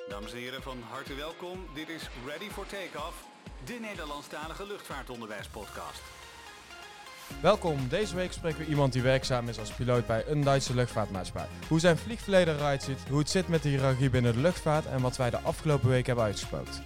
Dames en heren, van harte welkom. Dit is Ready for Takeoff, de Nederlandstalige luchtvaartonderwijspodcast. Welkom, deze week spreken we iemand die werkzaam is als piloot bij een Duitse luchtvaartmaatschappij. Hoe zijn vliegverleden eruit ziet, hoe het zit met de hiërarchie binnen de luchtvaart en wat wij de afgelopen week hebben uitgespookt.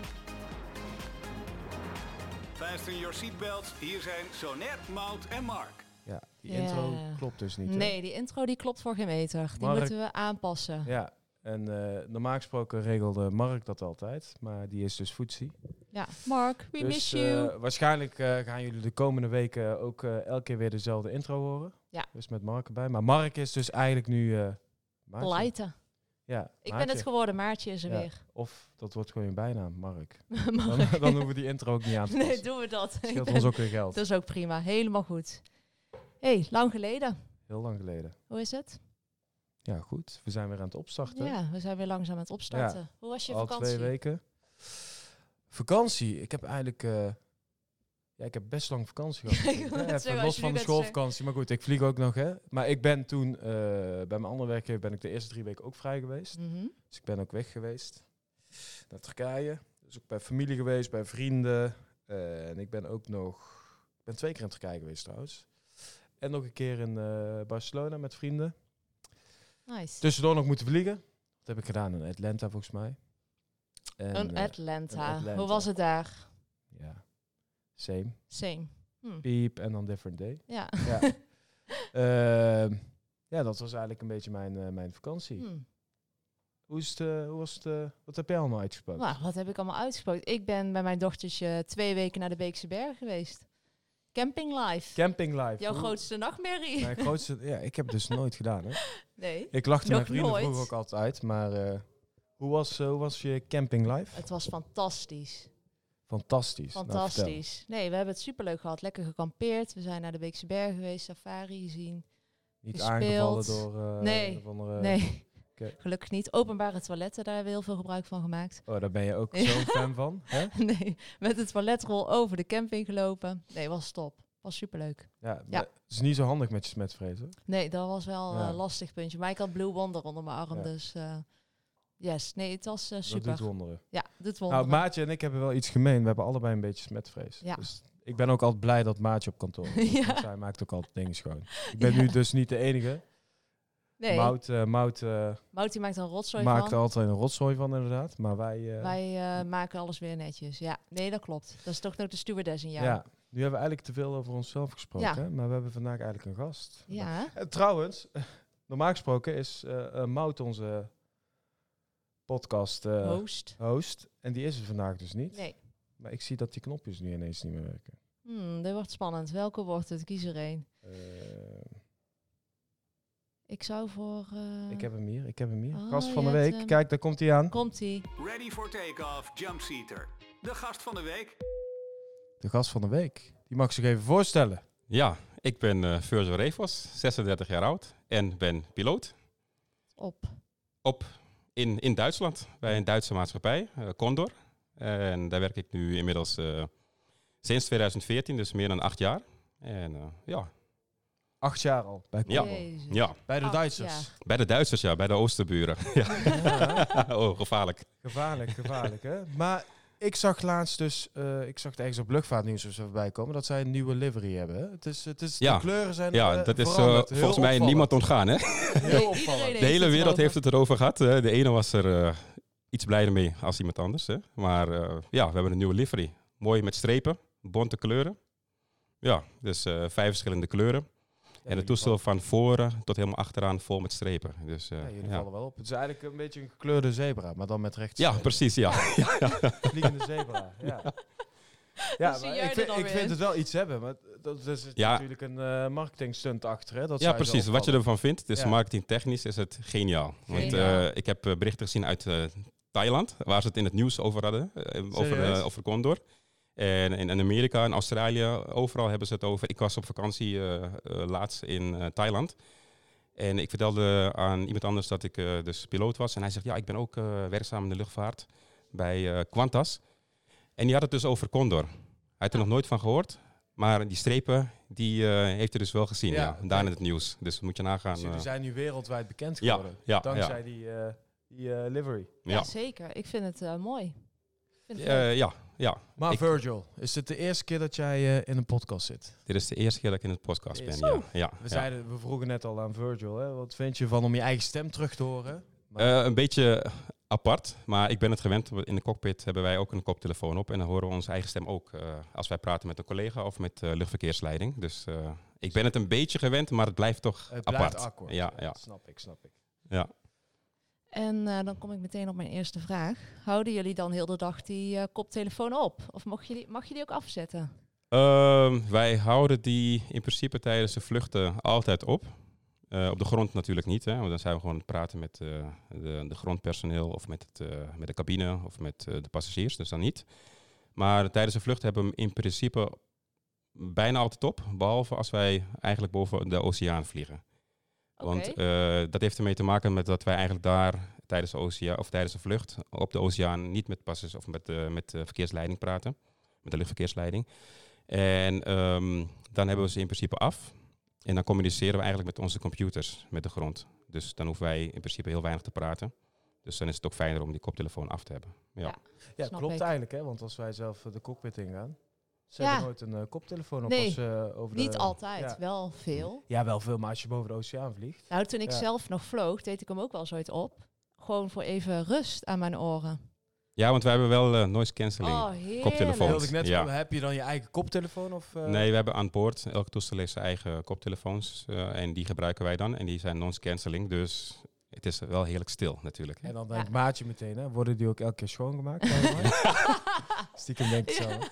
Fasten your seatbelts, hier zijn Soner, Maud en Mark. Ja, die intro klopt dus niet. Nee, die intro die klopt voor geen meter. Die Mark, moeten we aanpassen. Ja, en normaal gesproken regelde Mark dat altijd, maar die is dus footsie. Ja, Mark, we miss you. Waarschijnlijk gaan jullie de komende weken ook elke keer weer dezelfde intro horen. Ja. Dus met Mark erbij. Maar Mark is dus eigenlijk nu Maartje. Pleiten. Ja, Ik ben het geworden, Maartje is er weer. Of dat wordt gewoon je bijnaam, Mark. Mark. Dan hoeven we die intro ook niet aan te passen. Nee, doen we dat. Scheelt ons ook weer geld. Dat is ook prima, helemaal goed. Lang geleden. Heel lang geleden. Hoe is het? Ja, goed. We zijn weer aan het opstarten. Ja, we zijn weer langzaam aan het opstarten. Ja. Hoe was je Al vakantie? 2 weken. Vakantie? Ik heb eigenlijk... ik heb best lang vakantie gehad. Ik wil net Even zeggen, los als je van nu de gaat schoolvakantie. Maar goed, ik vlieg ook nog, hè. Maar ik ben toen... bij mijn andere werkgever ben ik de eerste 3 weken ook vrij geweest. Mhm. Dus ik ben ook weg geweest. Naar Turkije. Dus ook bij familie geweest, bij vrienden. En ik ben ook nog... Ik ben 2 keer in Turkije geweest trouwens. En nog een keer in Barcelona met vrienden. Nice. Tussendoor nog moeten vliegen. Dat heb ik gedaan in Atlanta volgens mij. En, Een Atlanta. Atlanta. Hoe was het daar? Ja, same. Same. Beep en dan different day. Ja. Ja. Ja, dat was eigenlijk een beetje mijn vakantie. Wat heb jij allemaal uitgesproken? Nou, wat heb ik allemaal uitgesproken? Ik ben bij mijn dochtertje 2 weken naar de Beekse Bergen geweest. Camping life. Camping life. Jouw grootste nachtmerrie. Mijn grootste... Ja, ik heb het dus nooit gedaan, hè. Nee. Ik lachte Nog mijn vrienden nooit. vroeger ook altijd uit, maar hoe was je camping life? Het was fantastisch. Fantastisch. Nou, Fantastisch. Nee, we hebben het superleuk gehad. Lekker gekampeerd. We zijn naar de Beekse Bergen geweest, safari gezien. niet gespeeld. aangevallen door... Nee. een of andere... Nee, Oké. gelukkig niet. Openbare toiletten, daar hebben we heel veel gebruik van gemaakt. Oh, daar ben je ook Ja. zo'n fan van, hè? Nee, met het toiletrol over de camping gelopen. Nee, was top. Was superleuk. Ja, Ja. Het is niet zo handig met je smetvrees, hoor. Nee, dat was wel Ja. een lastig puntje. Maar ik had Blue Wonder onder mijn arm, Ja. dus yes. Nee, het was Dat super. doet wonderen. Ja, doet wonderen. Nou, Maatje en ik hebben wel iets gemeen. We hebben allebei een beetje smetvrees. Ja. Dus ik ben ook altijd blij dat Maatje op kantoor is. Ja. Want zij maakt ook altijd dingen schoon. Ik ben Ja. nu dus niet de enige. Nee, Mout Moutie maakt er een rotzooi maakt er van. altijd een rotzooi van, inderdaad. Maar wij... Wij maken alles weer netjes. Ja, nee, dat klopt. Dat is toch nog de stewardess in jou. ja, nu hebben we eigenlijk te veel over onszelf gesproken. Ja. Hè? Maar we hebben vandaag eigenlijk een gast. Ja. Trouwens, normaal gesproken is Mout onze podcast host. En die is er vandaag dus niet. Nee. Maar ik zie dat die knopjes nu ineens niet meer werken. Dit wordt spannend. Welke wordt het? Kies er één. Ik zou voor... Ik heb hem hier. Oh, Gast van je de hebt week. hem. Kijk, daar komt hij aan. Komt-ie. Ready for Takeoff, Jumpseater. De gast van de week. De gast van de week. Die mag zich even voorstellen. Ja, ik ben Virgil Revos, 36 jaar oud en ben piloot in Duitsland bij een Duitse maatschappij, Condor. En daar werk ik nu inmiddels sinds 2014, dus meer dan 8 jaar. En 8 jaar al. Bij Ja. Condor. Jezus. ja, Bij de 8 Duitsers. jaar. bij de Duitsers, ja, bij de Oosterburen. Ja. Oh, gevaarlijk. Gevaarlijk hè. Maar ik zag laatst dus, ik zag het ergens op luchtvaartnieuws of zo voorbij komen, dat zij een nieuwe livery hebben. Hè? Ja. De kleuren zijn Ja, dat is veranderd. Heel volgens mij opvallend. niemand ontgaan, hè? Heel opvallend. Iedereen De hele het wereld erover. heeft het erover gehad. De ene was er iets blijder mee als iemand anders. Hè. Maar we hebben een nieuwe livery. Mooi met strepen, bonte kleuren. Ja, dus 5 verschillende kleuren. Ja, En het toestel van voren tot helemaal achteraan vol met strepen. Dus, jullie vallen wel op. Het is eigenlijk een beetje een gekleurde zebra, maar dan met rechts. Ja, precies, ja. Vliegende zebra, ja. Ja, Zie maar jij er ik dan weer vind in? het wel iets hebben, maar dat is Ja. natuurlijk een marketing stunt achter. Hè? Dat Ja, zij zo precies. Wat je opvallen. ervan vindt, dus Ja. marketingtechnisch is het geniaal. Want Geniaal. ik heb berichten gezien uit Thailand, waar ze het in het nieuws over hadden, Serieus? over Condor. En in Amerika en Australië, overal hebben ze het over. Ik was op vakantie laatst in Thailand. En ik vertelde aan iemand anders dat ik dus piloot was. En hij zegt, ja, ik ben ook werkzaam in de luchtvaart bij Qantas. En die had het dus over Condor. Hij had er nog nooit van gehoord. Maar die strepen, die heeft hij dus wel gezien. Ja, Ja, daar in het nieuws. Dus moet je nagaan. Dus jullie zijn nu wereldwijd bekend ja, geworden. ja, dankzij die Die livery. Ja, zeker. Ik vind het mooi. Ik vind het leuk. Ja. Maar Virgil, is het de eerste keer dat jij in een podcast zit? Dit is de eerste keer dat ik in het podcast ben. Ja. We vroegen net al aan Virgil, hè? Wat vind je van om je eigen stem terug te horen? Maar Een beetje apart, maar ik ben het gewend. In de cockpit hebben wij ook een koptelefoon op en dan horen we onze eigen stem ook als wij praten met een collega of met luchtverkeersleiding. Dus ik ben het een beetje gewend, maar het blijft toch het apart. blijft awkward. Ja. Snap ik. Ja. En dan kom ik meteen op mijn eerste vraag. Houden jullie dan heel de dag die koptelefoon op? Of mag je die ook afzetten? Wij houden die in principe tijdens de vluchten altijd op. Op de grond natuurlijk niet, hè, want dan zijn we gewoon aan het praten met de grondpersoneel of met de cabine of met de passagiers, dus dan niet. Maar tijdens de vlucht hebben we hem in principe bijna altijd op, behalve als wij eigenlijk boven de oceaan vliegen. Oké. Want dat heeft ermee te maken met dat wij eigenlijk daar tijdens de vlucht op de oceaan niet met passagiers of met de verkeersleiding praten, met de luchtverkeersleiding. En dan hebben we ze in principe af. En dan communiceren we eigenlijk met onze computers met de grond. Dus dan hoeven wij in principe heel weinig te praten. Dus dan is het ook fijner om die koptelefoon af te hebben. Ja. Ja, Snap klopt ik. eigenlijk, hè? Want als wij zelf de cockpit ingaan, ze Ja. hebben nooit een koptelefoon op Nee, als over Niet de... altijd, Ja. wel veel. Ja, wel veel, maar als je boven de oceaan vliegt. Nou, toen ik Ja. zelf nog vloog, deed ik hem ook wel eens ooit op. Gewoon voor even rust aan mijn oren. Ja, want wij hebben wel noise cancelling. Oh, heerlijk. koptelefoons. Wilde ik net Ja. vragen, heb je dan je eigen koptelefoon? Of, Nee, we hebben aan boord, elke toestel heeft zijn eigen koptelefoons. En die gebruiken wij dan. En die zijn noise cancelling. Dus het is wel heerlijk stil natuurlijk. En dan Ja. denkt Maatje meteen, hè? Worden die ook elke keer schoongemaakt? Stiekem denk ik zo. Hè?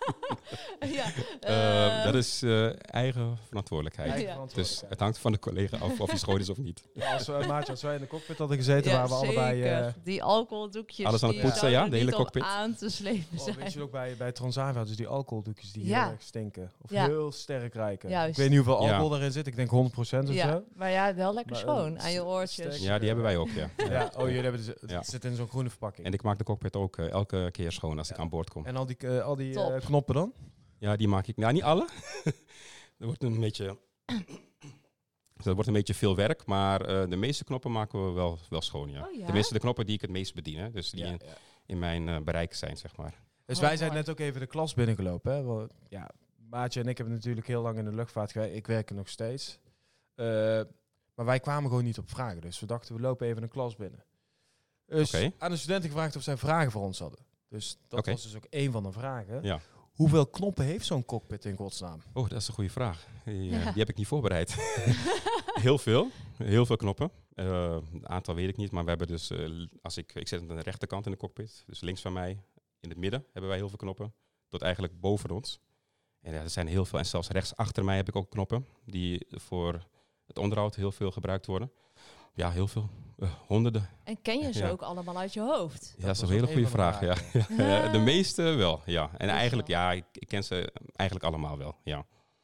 Ja, Dat is eigen verantwoordelijkheid. Eigen Ja. verantwoordelijkheid. Dus het hangt van de collega af of hij schoon is of niet. Ja, Maatje, als wij in de cockpit hadden gezeten, waren we allebei... zeker. Die alcoholdoekjes. Alles aan het die poetsen, ja, zouden de hele niet om cockpit. aan te slepen zijn. weet je ook bij Transavia, dus die alcoholdoekjes die Ja. heel erg stinken. Of Ja. heel sterk ruiken. Juist. Ik weet niet hoeveel Ja. alcohol erin zit. Ik denk 100% of Ja, zo. maar ja, wel lekker Maar, schoon aan je oortjes. sterk. Ja, die hebben wij ook, ja. Ja, oh, jullie hebben dus, het Ja. zit in zo'n groene verpakking. En ik maak de cockpit ook elke keer schoon als ik aan boord kom. En al die Top. knoppen dan? Ja, die maak ik. Nou, niet alle. Dat wordt een beetje... Dat wordt een beetje veel werk, maar de meeste knoppen maken we wel schoon, ja. Oh, ja? Tenminste, de knoppen die ik het meest bedien, hè. Dus die Ja, in mijn bereik zijn, zeg maar. Dus Oh, wij zijn mooi. net ook even de klas binnengelopen. Hè? Want, ja, Maatje en ik hebben natuurlijk heel lang in de luchtvaart gewerkt. Ik werk er nog steeds. Maar wij kwamen gewoon niet op vragen. Dus we dachten, we lopen even een klas binnen. Dus Oké. aan de studenten gevraagd of zij vragen voor ons hadden. Dus dat Oké. was dus ook één van de vragen. Ja. Hoeveel knoppen heeft zo'n cockpit in godsnaam? Oh, dat is een goede vraag. Die Ja. heb ik niet voorbereid. Heel veel knoppen. Het aantal weet ik niet, maar we hebben dus, ik zit aan de rechterkant in de cockpit, dus links van mij, in het midden hebben wij heel veel knoppen, tot eigenlijk boven ons. En ja, er zijn heel veel, en zelfs rechts achter mij heb ik ook knoppen, die voor het onderhoud heel veel gebruikt worden. Ja, heel veel. Honderden. En ken je ze Ja. ook allemaal uit je hoofd? Ja, dat is was een hele ook goede een van de vraag. Ja. Ja, de meeste wel, ja. En Is eigenlijk, wel. ja, ik ken ze eigenlijk allemaal wel, ja.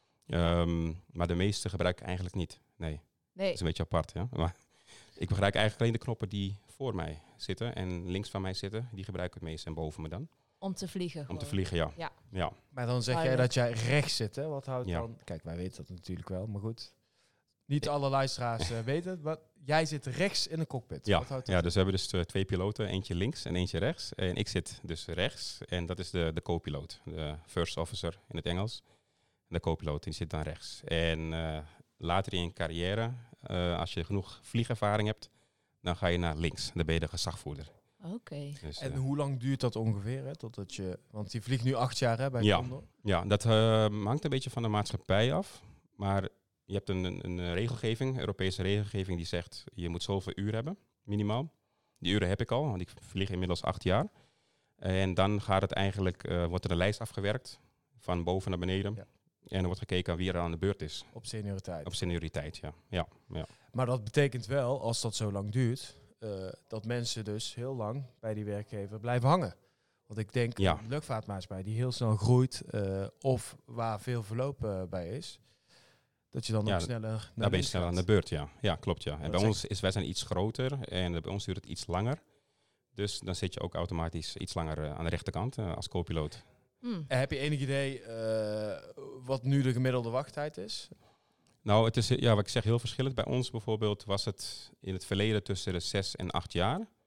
Maar de meeste gebruik ik eigenlijk niet. Nee, dat Nee. is een beetje apart, ja. Maar ik gebruik eigenlijk alleen de knoppen die voor mij zitten en links van mij zitten. Die gebruik ik het meest en boven me dan. Om te vliegen. Om te gewoon. vliegen, ja. Ja. Ja. Maar dan zeg jij Duidelijk. dat jij rechts zit, hè? Wat houdt Ja. dan... Kijk, wij weten dat natuurlijk wel, maar goed. Niet alle luisteraars weten het, maar jij zit rechts in de cockpit. Ja, Wat houdt ja, dat dus we hebben dus twee piloten, eentje links en eentje rechts. En ik zit dus rechts en dat is de co-piloot, de first officer in het Engels. En de co-piloot die zit dan rechts. En later in je carrière, als je genoeg vliegervaring hebt, dan ga je naar links. Dan ben je de gezagvoerder. Oké. Dus, En hoe lang duurt dat ongeveer? Hè, totdat je, want je vliegt nu 8 jaar hè, bij Ja. Condor. ja, dat hangt een beetje van de maatschappij af. Maar je hebt een regelgeving, Europese regelgeving, die zegt je moet zoveel uur hebben, minimaal. Die uren heb ik al, want ik vlieg inmiddels 8 jaar. En dan gaat het eigenlijk, wordt er een lijst afgewerkt, van boven naar beneden. Ja. En er wordt gekeken wie er aan de beurt is, Op senioriteit. op senioriteit, ja. Ja. Maar dat betekent wel, als dat zo lang duurt, dat mensen dus heel lang bij die werkgever blijven hangen. Want ik denk, Ja. een luchtvaartmaatschappij die heel snel groeit, of waar veel verloop bij is, dat je dan Ja, ook sneller naar Daar ben je links snel gaat. aan de beurt, ja. Ja, klopt, ja. En Dat bij zeg- ons wij zijn iets groter en bij ons duurt het iets langer. Dus dan zit je ook automatisch iets langer aan de rechterkant als co-piloot. Heb je enig idee wat nu de gemiddelde wachttijd is? Nou, het is, ja, wat ik zeg, heel verschillend. Bij ons bijvoorbeeld was het in het verleden tussen de 6 en 8 jaar.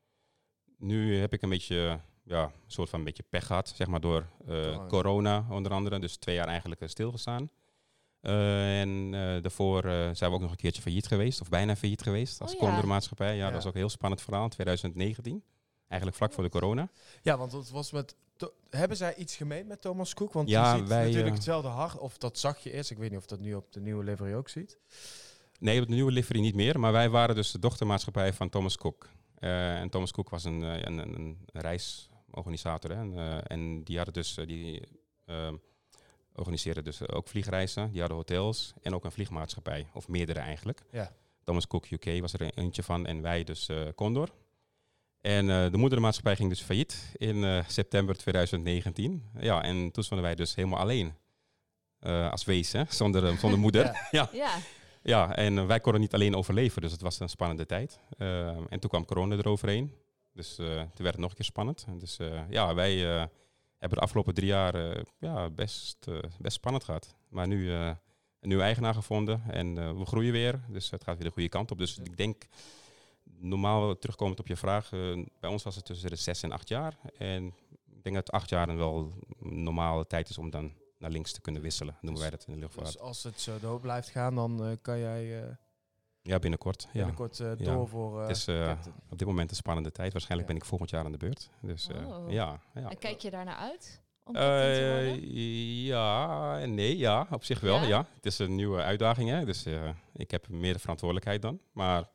nu heb ik een beetje, een soort van een beetje pech gehad, zeg maar door corona onder andere. Dus 2 jaar eigenlijk stilgestaan. En daarvoor zijn we ook nog een keertje failliet geweest, of bijna failliet geweest als Condor-maatschappij. Ja, dat was ook een heel spannend verhaal in 2019. Eigenlijk vlak voor de corona. Ja, want het was met... Hebben zij iets gemeen met Thomas Cook? Want ja, je ziet natuurlijk hetzelfde hart, of dat zag je eerst. Ik weet niet of dat nu op de nieuwe livery ook ziet. Nee, op de nieuwe livery niet meer. Maar wij waren dus de dochtermaatschappij van Thomas Cook. En Thomas Cook was een reisorganisator. Hè? En die hadden dus... organiseerden dus ook vliegreizen. Die hadden hotels en ook een vliegmaatschappij. Of meerdere eigenlijk. Ja. Thomas Cook UK was er eentje van en wij dus Condor. En de moedermaatschappij ging dus failliet in september 2019. Ja, en toen stonden wij dus helemaal alleen. Als wees, hè? Zonder moeder. Ja, en wij konden niet alleen overleven. Dus het was een spannende tijd. En toen kwam corona eroverheen. Dus toen werd het nog een keer spannend. Dus wij... hebben de afgelopen 3 jaar best spannend gehad. Maar nu een nieuwe eigenaar gevonden en we groeien weer. Dus het gaat weer de goede kant op. Dus ik denk, normaal terugkomend op je vraag, bij ons was het tussen de 6 en 8 jaar. En ik denk dat 8 jaar wel een normale tijd is om dan naar links te kunnen wisselen. Noemen wij dat in de luchtvaart. Dus als het zo door blijft gaan, dan kan jij... Ja, binnenkort. Door voor... Het is op dit moment een spannende tijd. Waarschijnlijk ben ik volgend jaar aan de beurt. Dus En kijk je daar naar uit? Om ja en nee, ja, op zich wel. Ja? Het is een nieuwe uitdaging, hè? Dus ik heb meer de verantwoordelijkheid dan. Maar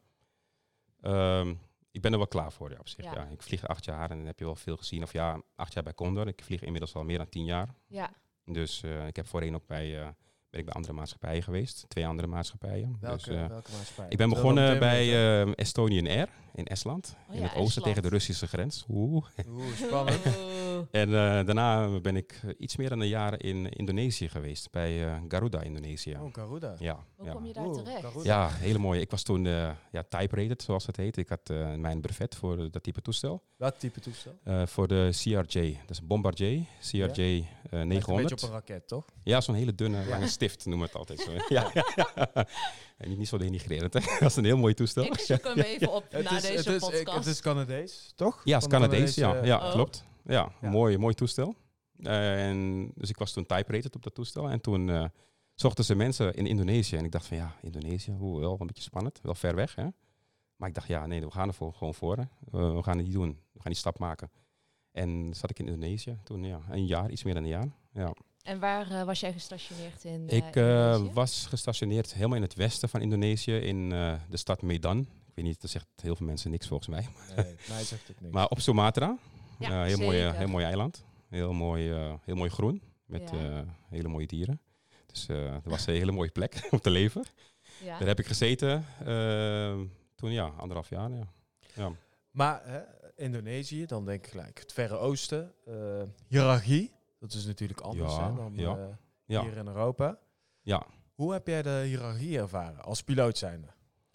ik ben er wel klaar voor, op zich. Ja. Ik vlieg 8 jaar en dan heb je wel veel gezien. Of 8 jaar bij Condor. Ik vlieg inmiddels al meer dan 10 jaar. Ja. Dus ik heb voorheen ook ben ik bij andere maatschappijen geweest. 2 andere maatschappijen. Welke maatschappij? Ik ben begonnen bij Estonian Air in Estland. In het oosten Estland. tegen de Russische grens. Spannend. En daarna ben ik iets meer dan een jaar in Indonesië geweest. Bij Garuda Indonesië. Oh, Garuda. Ja. Hoe kom je daar terecht? Garuda. Ja, hele mooi. Ik was toen type-rated, zoals dat heet. Ik had mijn brevet voor dat type toestel. Wat type toestel? Voor de CRJ. Dat is een Bombardier. CRJ 900. Een beetje op een raket, toch? Ja, zo'n hele dunne lange stift noemen we het altijd zo. Ja. En niet zo denigrerend, hè. Dat is een heel mooi toestel. Ik zoek hem even op na deze podcast. Het is Canadees, toch? Ja, het is Canadees, ja, klopt. Ja, Ja. Mooi toestel. Dus ik was toen type-rated op dat toestel. En toen zochten ze mensen in Indonesië. En ik dacht van Indonesië, wel een beetje spannend. Wel ver weg, hè. Maar ik dacht, we gaan er gewoon voor. Hè. We gaan het niet doen. We gaan die stap maken. En zat ik in Indonesië toen, een jaar, iets meer dan een jaar. Ja. En waar was jij gestationeerd in Ik Indonesië? was gestationeerd helemaal in het westen van Indonesië, in de stad Medan. Ik weet niet, dat zegt heel veel mensen niks volgens mij. Nee, mij zegt het niks. Maar op Sumatra, Ja, heel zeker. mooi eiland. Heel mooi groen, met hele mooie dieren. Dus dat was een hele mooie plek om te leven. Ja. Daar heb ik gezeten toen, 1,5 jaar. Ja. Maar Indonesië, dan denk ik gelijk het Verre Oosten. Hiërarchie, dat is natuurlijk anders dan hier in Europa. Ja. Hoe heb jij de hiërarchie ervaren als piloot zijnde?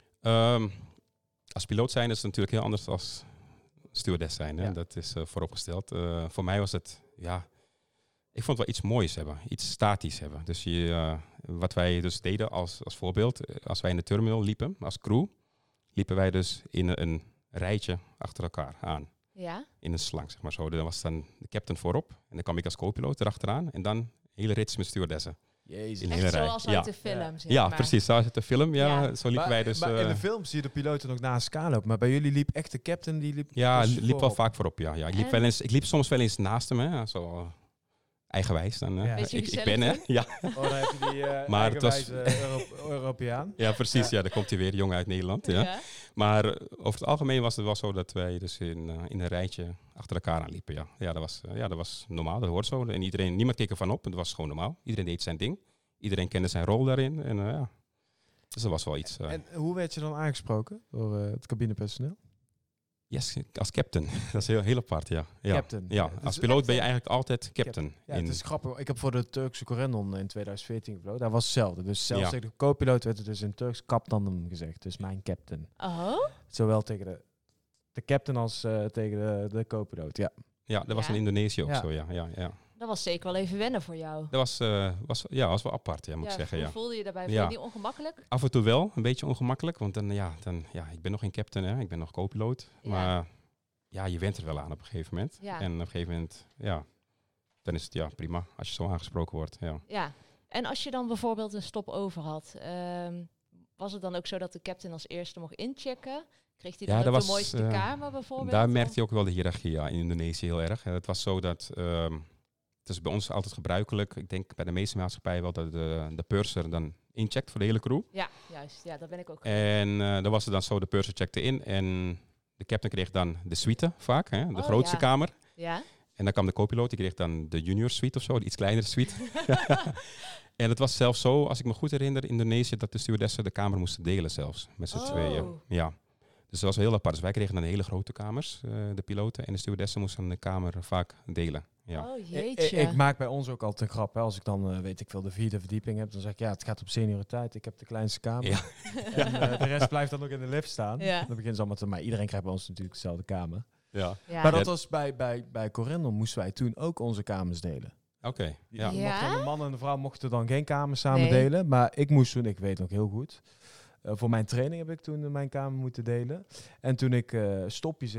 Als piloot zijn is het natuurlijk heel anders dan stewardess zijn. Hè? Ja. Dat is vooropgesteld. Voor mij was het, ik vond het wel iets moois hebben. Iets statisch hebben. Dus wat wij dus deden als voorbeeld, als wij in de terminal liepen, als crew, liepen wij dus in een rijtje achter elkaar aan. Ja? In een slang, zeg maar zo. Dan was dan de captain voorop. En dan kwam ik als co-piloot erachteraan. En dan een hele rits met stewardessen. Jezus. In een Echt hele rij. zoals uit de film, zeg Ja, maar. precies. Zo is het de film. Ja, Ja. zo liepen wij dus. Maar in de film zie je de piloten nog naast elkaar lopen. Maar bij jullie liep echt de captain, die liep Ja, dus liep wel voorop. vaak voorop. Ja. En? Ik liep soms wel eens naast hem. Hè. Zo eigenwijs. Dan, Ja. Beetje ik gezellig ben hè. doen? Ja. Oh, dan heb je die Maar het was- eigenwijze Europeaan. Ja, precies. Ja, daar komt hij weer, jongen uit Nederland. Ja. Ja. Maar over het algemeen was het wel zo dat wij dus in een rijtje achter elkaar aan liepen. Ja, dat was normaal. Dat hoort zo. En niemand keek ervan op. Het was gewoon normaal. Iedereen deed zijn ding. Iedereen kende zijn rol daarin. En dus dat was wel iets. En hoe werd je dan aangesproken door het cabinepersoneel? Yes, als captain. Dat is heel apart, ja. Captain. Ja, Dus als piloot ben je eigenlijk altijd captain. Ja, het is grappig. Ik heb voor de Turkse Corendon in 2014 gevlogen. Daar was hetzelfde. Dus zelfs tegen de co-piloot werd het dus in Turks kaptanım gezegd. Dus mijn captain. Oh? Zowel tegen de captain als tegen de co-piloot. Ja. Ja, dat was Ja. in Indonesië ook Ja. zo, ja. Dat was zeker wel even wennen voor jou. Dat was wel apart, moet ik zeggen, Hoe ja. voelde je daarbij? Ja. Vond je die ongemakkelijk? Af en toe wel, een beetje ongemakkelijk, want dan, ik ben nog geen captain, hè. Ik ben nog co-piloot. Ja. Maar ja, je went er wel aan op een gegeven moment. Ja. En op een gegeven moment, ja, dan is het prima als je zo aangesproken wordt. Ja. Ja. En als je dan bijvoorbeeld een stop over had, was het dan ook zo dat de captain als eerste mocht inchecken? Kreeg hij dan ook de mooiste kamer bijvoorbeeld? Daar merkte je ook wel de hiërarchie in Indonesië heel erg. Het was zo dat, het is bij ons altijd gebruikelijk, ik denk bij de meeste maatschappijen wel, dat de purser dan incheckt voor de hele crew. Ja, juist. Ja, daar ben ik ook. En dan was het dan zo, de purser checkte in en de captain kreeg dan de suite vaak, de grootste kamer. Ja. En dan kwam de co-piloot, die kreeg dan de junior suite of zo, de iets kleinere suite. En het was zelfs zo, als ik me goed herinner, in Indonesië, dat de stewardessen de kamer moesten delen zelfs, met z'n tweeën. Ja. Dus dat was heel apart. Dus wij kregen dan hele grote kamers, de piloten, en de stewardessen moesten de kamer vaak delen. Ja. Oh jeetje. Ik maak bij ons ook altijd een grap. Hè. Als ik dan, weet ik veel, de 4e verdieping heb, dan zeg ik, ja, het gaat op senioriteit. Ik heb de kleinste kamer. Ja. En de rest blijft dan ook in de lift staan. Ja. Dan beginnen ze allemaal te... Maar iedereen krijgt bij ons natuurlijk dezelfde kamer. Ja. Ja. Maar dat was bij Corendon moesten wij toen ook onze kamers delen. Oké. Ja. Ja. De man en de vrouw mochten dan geen kamers samen Nee. delen. Maar ik moest toen, ik weet nog heel goed... voor mijn training heb ik toen mijn kamer moeten delen. En toen ik stopjes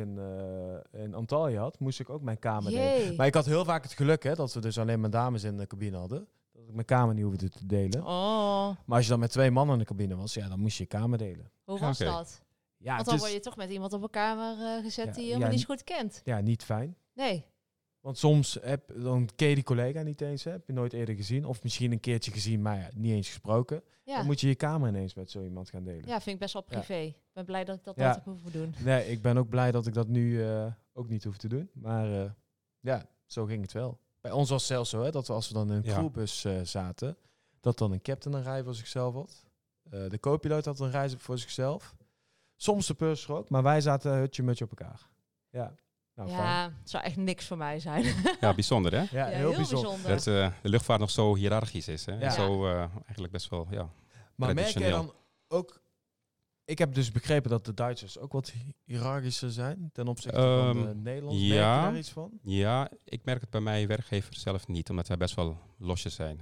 in Antalya had, moest ik ook mijn kamer delen. Maar ik had heel vaak het geluk dat we dus alleen maar dames in de cabine hadden. Dat ik mijn kamer niet hoefde te delen. Oh, Maar als je dan met 2 mannen in de cabine was, ja, dan moest je je kamer delen. hoe was Oké. dat? Ja, Want dan word je toch met iemand op een kamer gezet Ja, die je helemaal niet zo goed kent. ja, niet fijn. Nee. Want soms dan ken je die collega niet eens, heb je nooit eerder gezien. Of misschien een keertje gezien, maar ja, niet eens gesproken. Ja. Dan moet je je kamer ineens met zo iemand gaan delen. Ja, vind ik best wel privé. Ik ben blij dat ik dat Ja. altijd heb hoeven doen. Nee, ik ben ook blij dat ik dat nu ook niet hoef te doen. Maar ja, zo ging het wel. Bij ons was het zelfs zo, dat we, als we dan in een Ja. crewbus zaten, dat dan een captain een rij voor zichzelf had. De co-piloot had een rij voor zichzelf. Soms de purser ook, maar wij zaten hutje-mutje op elkaar. Ja, nou fijn. Ja, het zou echt niks voor mij zijn. Ja, bijzonder hè? Ja, heel bijzonder. Dat de luchtvaart nog zo hiërarchisch is. Hè? Ja. En zo eigenlijk best wel, ja. Maar merk jij traditioneel. dan ook... Ik heb dus begrepen dat de Duitsers ook wat hiërarchischer zijn ten opzichte van de Nederlanders. ja. Merk je daar iets van? Ja, ik merk het bij mijn werkgever zelf niet, omdat wij best wel losjes zijn.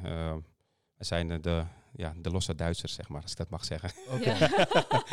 We zijn de losse Duitsers, zeg maar, als ik dat mag zeggen. Oké. Ja.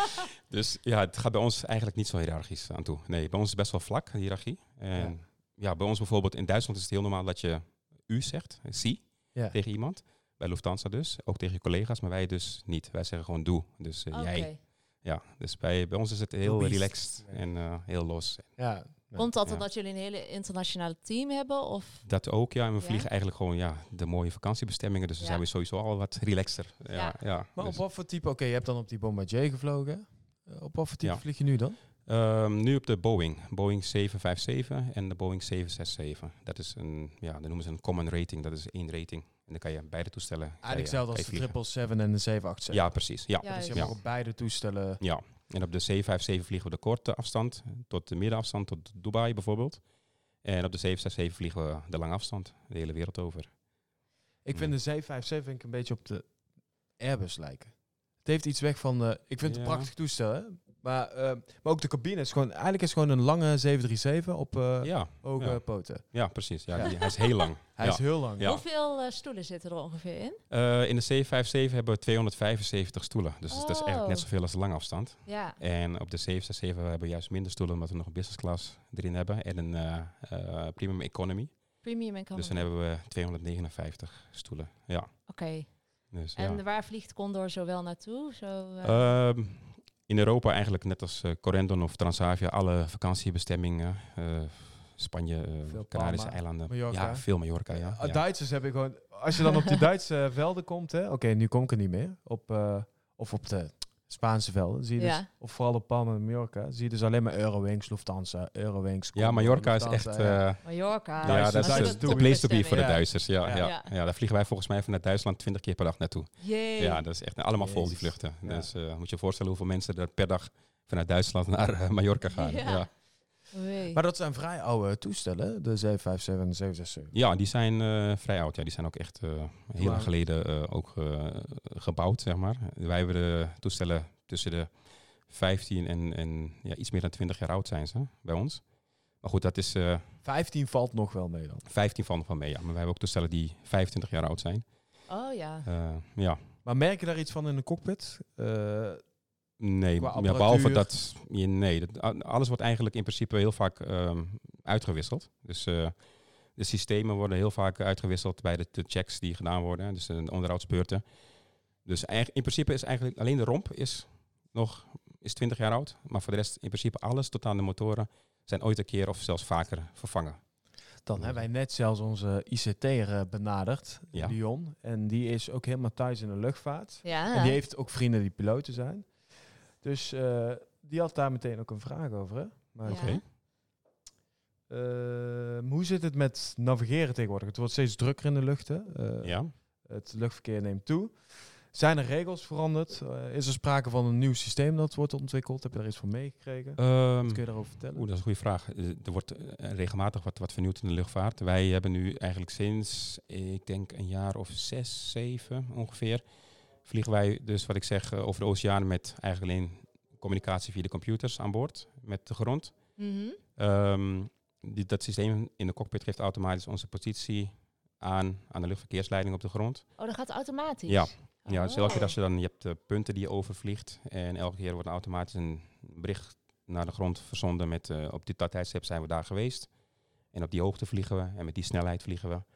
Dus ja, het gaat bij ons eigenlijk niet zo hiërarchisch aan toe. Nee, bij ons is het best wel vlak, de hiërarchie. En ja, bij ons bijvoorbeeld in Duitsland is het heel normaal dat je u zegt, sie, Ja. tegen iemand. Bij Lufthansa dus, ook tegen je collega's, maar wij dus niet. Wij zeggen gewoon doe, dus jij. Oké. Ja, dus bij ons is het heel Doe biest. relaxed en heel los. Ja. Komt dat Ja. omdat jullie een hele internationale team hebben? Of? Dat ook, ja. En we Ja? vliegen eigenlijk gewoon de mooie vakantiebestemmingen. Dus dan Ja. zijn we sowieso al wat relaxter. Ja. Maar Dus, op wat voor type... Oké, je hebt dan op die Bombardier gevlogen. Op wat voor type Ja. vlieg je nu dan? nu op de Boeing 757 en de Boeing 767. Dat is dat noemen ze een common rating. Dat is 1 rating. En dan kan je beide toestellen. Eigenlijk kan hetzelfde je als de vliegen. 777 en de 787. Ja, precies. Ja. Ja, Dus je Ja. mag op beide toestellen... Ja. En op de 757 vliegen we de korte afstand tot de middenafstand, tot Dubai bijvoorbeeld. En op de 767 vliegen we de lange afstand, de hele wereld over. Ik vind de 757 vind ik een beetje op de Airbus lijken. Het heeft iets weg van... ik vind het een Ja. prachtig toestel, hè? Maar ook de cabine is gewoon... Eigenlijk is het gewoon een lange 737 op hoge Ja. poten. Ja, precies. Ja, Ja. hij is heel lang. Hij Ja. is heel lang. Ja. Hoeveel stoelen zitten er ongeveer in? In de 757 hebben we 275 stoelen. Dus dat is eigenlijk net Oh. zoveel als de lange afstand. Ja. En op de 767 hebben we juist minder stoelen, omdat we nog een business class erin hebben. En een premium economy. Premium en Dus dan hebben we 259 stoelen. Ja. Oké. Dus, En ja. waar vliegt Condor zo wel naartoe? In Europa eigenlijk, net als Corendon of Transavia, alle vakantiebestemmingen. Spanje, Veel Canarische Palma, eilanden. Mallorca. Ja, veel Mallorca, ja. Ja. Duitsers hebben gewoon... Als je dan op die Duitse velden komt, hè? Oké, nu kom ik er niet meer. Of op de Spaanse velden. Zie je Ja. dus, of vooral op Palma en Mallorca. Zie je dus alleen maar Eurowings, Lufthansa, Eurowings. Ja, Mallorca is Lufthansa, echt... ja. Mallorca. ja, dat is Duitsers de doen place to be voor de Ja. Duitsers. Ja, Ja. ja. Ja. Ja, daar vliegen wij volgens mij vanuit Duitsland 20 keer per dag naartoe. Jee. Ja, dat is echt allemaal vol, die Jezus. vluchten. Ja. Dus moet je je voorstellen hoeveel mensen er per dag vanuit Duitsland naar Mallorca gaan. Ja. Ja. Oei. Maar dat zijn vrij oude toestellen, de 757 en de 767. Ja, die zijn vrij oud. Ja, die zijn ook echt heel Maar- lang geleden ook gebouwd, zeg maar. Wij hebben de toestellen tussen de 15 en iets meer dan 20 jaar oud zijn ze bij ons. Maar goed, dat is 15 valt nog wel mee dan. 15 van mee, ja. Maar wij hebben ook toestellen die 25 jaar oud zijn. Oh ja. Ja. Maar merk je daar iets van in de cockpit? Nee, Qua ja, apparatuur? behalve dat... alles wordt eigenlijk in principe heel vaak uitgewisseld. Dus de systemen worden heel vaak uitgewisseld bij de checks die gedaan worden. Dus de onderhoudsbeurten. Dus in principe is eigenlijk alleen de romp is 20 jaar oud. Maar voor de rest in principe alles tot aan de motoren zijn ooit een keer of zelfs vaker vervangen. Dan hebben wij net zelfs onze ICT'er benaderd, Ja. Dion. En die is ook helemaal thuis in de luchtvaart. Ja. En die heeft ook vrienden die piloten zijn. Dus die had daar meteen ook een vraag over. Hè? Maar Ja. Oké. hoe zit het met navigeren tegenwoordig? Het wordt steeds drukker in de lucht. Hè? Ja. Het luchtverkeer neemt toe. Zijn er regels veranderd? Is er sprake van een nieuw systeem dat wordt ontwikkeld? Heb je daar iets van meegekregen? Wat kun je daarover vertellen? Dat is een goede vraag. Er wordt regelmatig wat vernieuwd in de luchtvaart. Wij hebben nu eigenlijk sinds, ik denk een jaar of 6, 7 ongeveer, vliegen wij dus wat ik zeg over de oceaan met eigenlijk alleen communicatie via de computers aan boord met de grond. Mhm. Dat systeem in de cockpit geeft automatisch onze positie aan de luchtverkeersleiding op de grond. Oh, dat gaat automatisch? Ja. Ja, dus elke keer Oh. als je hebt de punten die je overvliegt en elke keer wordt automatisch een bericht naar de grond verzonden met op dit tijdstip zijn we daar geweest. En op die hoogte vliegen we en met die snelheid vliegen we.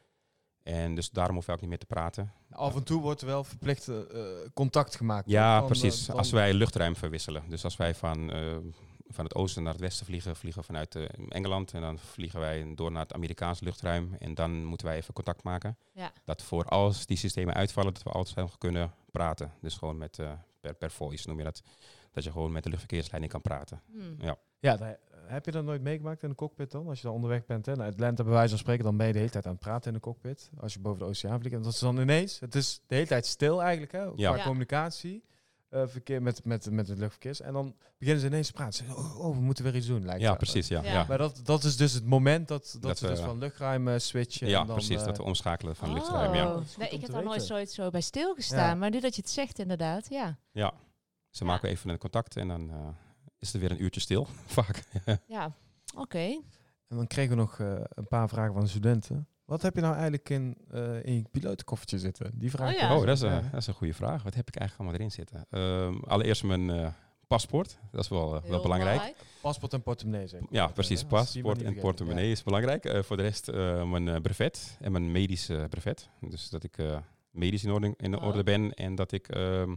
En dus daarom hoeven we ook niet meer te praten. Af en toe wordt er wel verplicht contact gemaakt. Ja, Van, precies. dan- Als wij luchtruim verwisselen. Dus als wij van het oosten naar het westen vliegen we vanuit Engeland. En dan vliegen wij door naar het Amerikaanse luchtruim. En dan moeten wij even contact maken. Ja. Dat voor als die systemen uitvallen, dat we altijd nog kunnen praten. Dus gewoon met per voice noem je dat. Dat je gewoon met de luchtverkeersleiding kan praten. Ja. Ja, heb je dat nooit meegemaakt in de cockpit dan? Als je dan onderweg bent, hè, naar Atlanta bij wijze van spreken, dan ben je de hele tijd aan het praten in de cockpit. Als je boven de oceaan vliegt. En dat is dan ineens, het is de hele tijd stil eigenlijk, hè, Ja. qua Ja. communicatie, verkeer met het luchtverkeers. En dan beginnen ze ineens te praten. Ze zeggen, we moeten weer iets doen, lijkt Ja, het. precies. Ja. Ja. Ja. Maar dat is dus het moment dat Dat ze dus we- van luchtruim switchen. Ja, en dan, precies. Dat we omschakelen van Oh. luchtruim. Ja. Dat is goed Nee, om ik te heb daar nooit weten. zoiets zo bij stilgestaan. Ja. Maar nu dat je het zegt, inderdaad, ja. Ja. Ze maken even een contact en dan is het weer een uurtje stil. Vaak. Ja, oké. En dan kregen we nog een paar vragen van de studenten. Wat heb je nou eigenlijk in je pilotenkoffertje zitten? Die vraag. Oh ja. Oh, dat is een goede vraag. Wat heb ik eigenlijk allemaal erin zitten? Allereerst mijn paspoort. Dat is wel Heel belangrijk. Paspoort en portemonnee, zeg ik. Ja, precies. Als die maar Paspoort niet en vergeten. portemonnee is belangrijk. Voor de rest mijn brevet en mijn medische brevet. Dus dat ik medisch in orde ben en dat ik